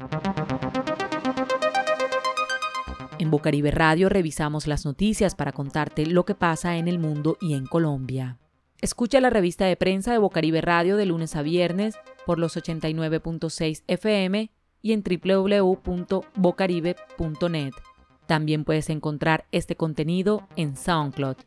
En Bocaribe Radio revisamos las noticias para contarte lo que pasa en el mundo y en Colombia. Escucha la revista de prensa de Bocaribe Radio de lunes a viernes por los 89.6 FM y en www.bocaribe.net. También puedes encontrar este contenido en SoundCloud.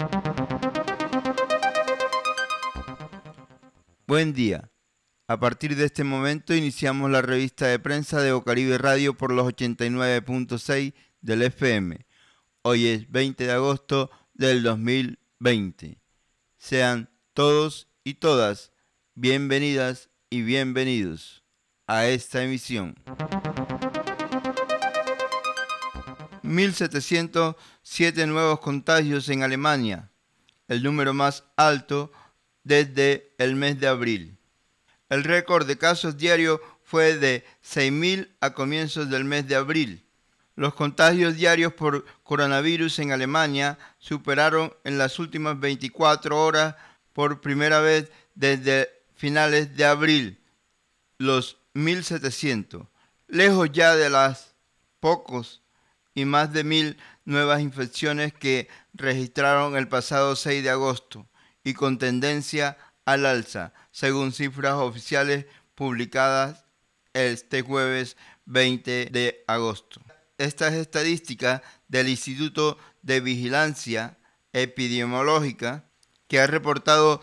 Buen día. A partir de este momento iniciamos la revista de prensa de Bocaribe Radio por los 89.6 del FM. Hoy es 20 de agosto del 2020. Sean todos y todas bienvenidas y bienvenidos a esta emisión. 1.707 nuevos contagios en Alemania, el número más alto desde el mes de abril. El récord de casos diarios fue de 6.000 a comienzos del mes de abril. Los contagios diarios por coronavirus en Alemania superaron en las últimas 24 horas por primera vez desde finales de abril los 1.700, lejos ya de las pocos y más de 1.000 nuevas infecciones que registraron el pasado 6 de agosto y con tendencia al alza, según cifras oficiales publicadas este jueves 20 de agosto. Estas estadísticas del Instituto de Vigilancia Epidemiológica, que ha reportado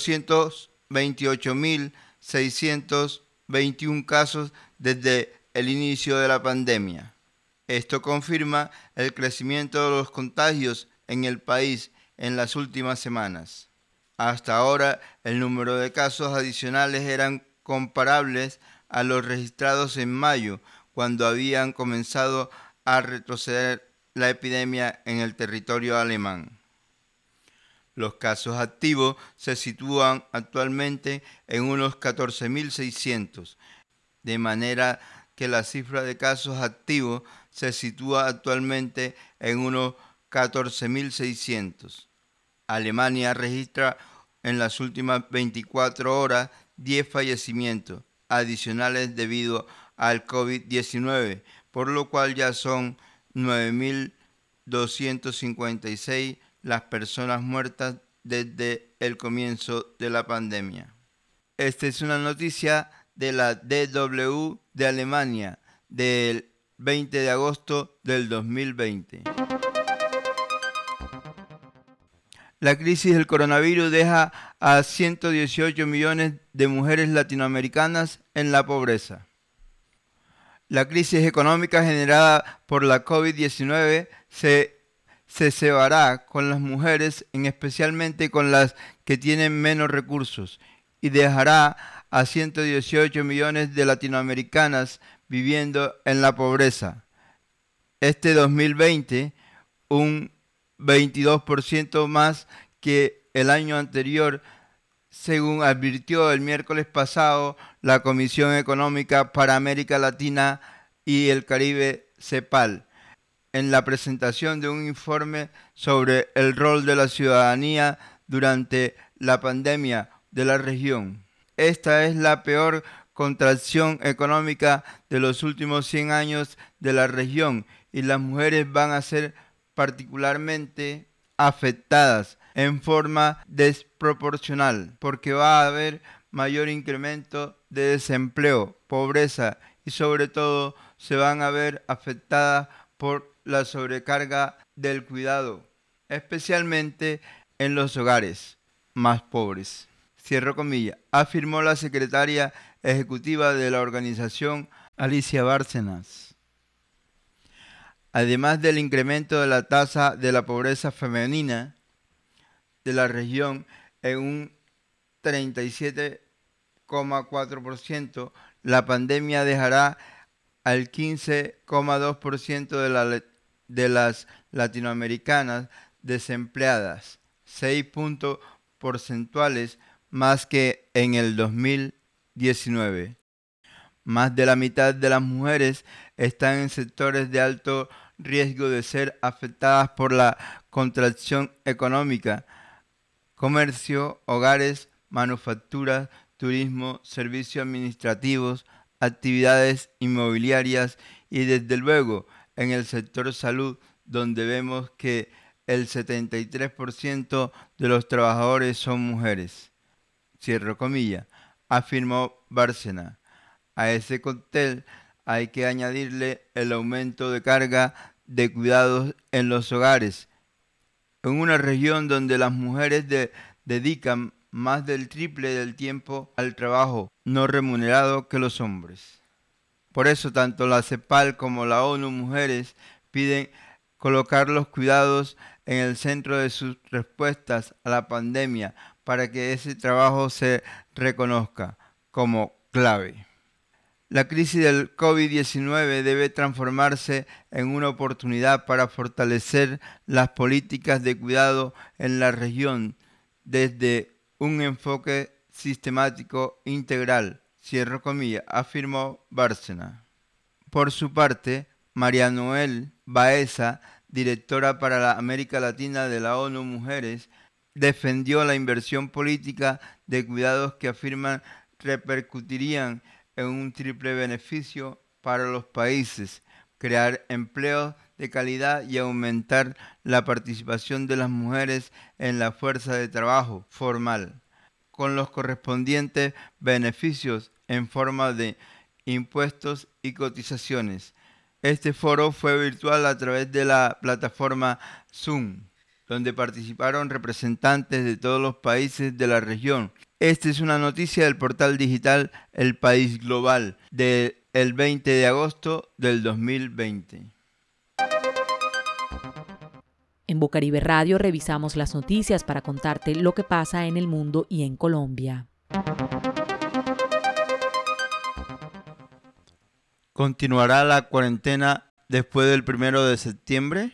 228.621 casos desde el inicio de la pandemia. Esto confirma el crecimiento de los contagios en el país en las últimas semanas. Hasta ahora, el número de casos adicionales eran comparables a los registrados en mayo, cuando habían comenzado a retroceder la epidemia en el territorio alemán. Los casos activos se sitúan actualmente en unos 14.600, de manera que la cifra de casos activos se sitúa actualmente en unos 14.600. Alemania registra en las últimas 24 horas 10 fallecimientos adicionales debido al COVID-19, por lo cual ya son 9.256 las personas muertas desde el comienzo de la pandemia. Esta es una noticia de la DW de Alemania del 20 de agosto del 2020. La crisis del coronavirus deja a 118 millones de mujeres latinoamericanas en la pobreza. La crisis económica generada por la COVID-19 se cebará con las mujeres, especialmente con las que tienen menos recursos, y dejará a 118 millones de latinoamericanas viviendo en la pobreza. Este 2020, un 22% más que el año anterior, según advirtió el miércoles pasado la Comisión Económica para América Latina y el Caribe, CEPAL, en la presentación de un informe sobre el rol de la ciudadanía durante la pandemia de la región. Esta es la peor contracción económica de los últimos 100 años de la región y las mujeres van a ser particularmente afectadas en forma desproporcional porque va a haber mayor incremento de desempleo, pobreza y sobre todo se van a ver afectadas por la sobrecarga del cuidado, especialmente en los hogares más pobres. Cierro comillas, afirmó la secretaria ejecutiva de la organización, Alicia Bárcenas. Además del incremento de la tasa de la pobreza femenina de la región en un 37,4%, la pandemia dejará al 15,2% de las latinoamericanas desempleadas, 6 puntos porcentuales más que en el 2019. Más de la mitad de las mujeres están en sectores de alto riesgo de ser afectadas por la contracción económica: comercio, hogares, manufacturas, turismo, servicios administrativos, actividades inmobiliarias y desde luego en el sector salud, donde vemos que el 73% de los trabajadores son mujeres. Cierro comillas, afirmó Bárcena. A ese cóctel hay que añadirle el aumento de carga de cuidados en los hogares, en una región donde las mujeres dedican más del triple del tiempo al trabajo no remunerado que los hombres. Por eso tanto la CEPAL como la ONU Mujeres piden colocar los cuidados en el centro de sus respuestas a la pandemia para que ese trabajo se reconozca como clave. La crisis del COVID-19 debe transformarse en una oportunidad para fortalecer las políticas de cuidado en la región desde un enfoque sistemático integral, cierro comillas, afirmó Bárcena. Por su parte, María Noel Baeza, directora para la América Latina de la ONU Mujeres, defendió la inversión política de cuidados que afirman repercutirían en un triple beneficio para los países: crear empleos de calidad y aumentar la participación de las mujeres en la fuerza de trabajo formal, con los correspondientes beneficios en forma de impuestos y cotizaciones. Este foro fue virtual a través de la plataforma Zoom, donde participaron representantes de todos los países de la región. Esta es una noticia del portal digital El País Global del 20 de agosto del 2020. En Bocaribe Radio revisamos las noticias para contarte lo que pasa en el mundo y en Colombia. ¿Continuará la cuarentena después del 1 de septiembre?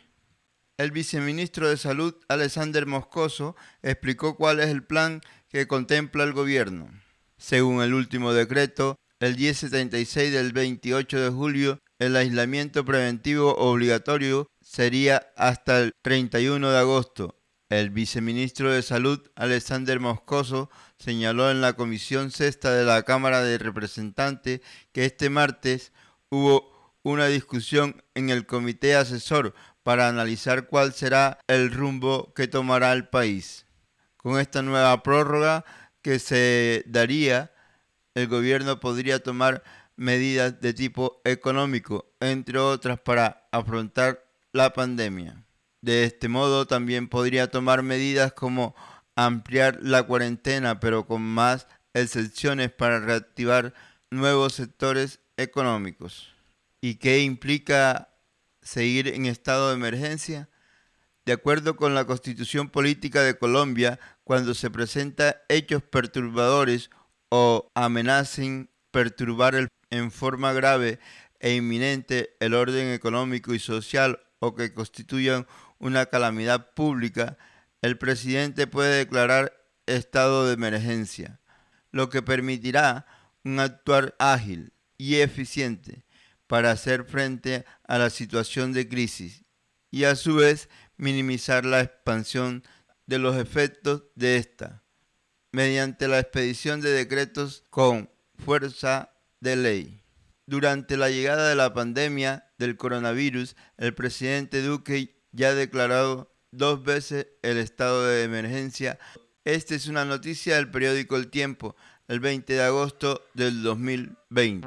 El viceministro de Salud, Alexander Moscoso, explicó cuál es el plan que contempla el gobierno. Según el último decreto, el 1076 del 28 de julio, el aislamiento preventivo obligatorio sería hasta el 31 de agosto. El viceministro de Salud, Alexander Moscoso, señaló en la Comisión Sexta de la Cámara de Representantes que este martes hubo una discusión en el Comité Asesor para analizar cuál será el rumbo que tomará el país. Con esta nueva prórroga que se daría, el gobierno podría tomar medidas de tipo económico, entre otras, para afrontar la pandemia. De este modo, también podría tomar medidas como ampliar la cuarentena, pero con más excepciones para reactivar nuevos sectores económicos. ¿Y qué implica seguir en estado de emergencia? De acuerdo con la Constitución Política de Colombia, cuando se presentan hechos perturbadores o amenacen perturbar en forma grave e inminente el orden económico y social o que constituyan una calamidad pública, el presidente puede declarar estado de emergencia, lo que permitirá un actuar ágil y eficiente para hacer frente a la situación de crisis y a su vez minimizar la expansión de los efectos de esta, mediante la expedición de decretos con fuerza de ley. Durante la llegada de la pandemia del coronavirus, el presidente Duque ya ha declarado 2 veces el estado de emergencia. Esta es una noticia del periódico El Tiempo, el 20 de agosto del 2020.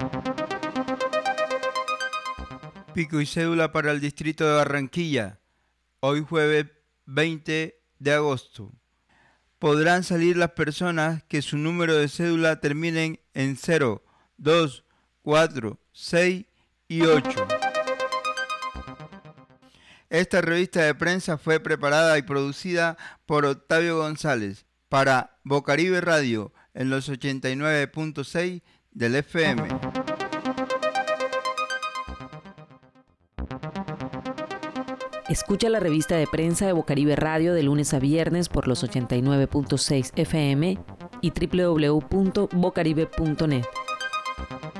Pico y cédula para el distrito de Barranquilla. Hoy jueves 20 de agosto. Podrán salir las personas que su número de cédula terminen en 0, 2, 4, 6 y 8. Esta revista de prensa fue preparada y producida por Octavio González para Bocaribe Radio en los 89.6 del FM. Escucha la revista de prensa de Bocaribe Radio de lunes a viernes por los 89.6 FM y www.bocaribe.net.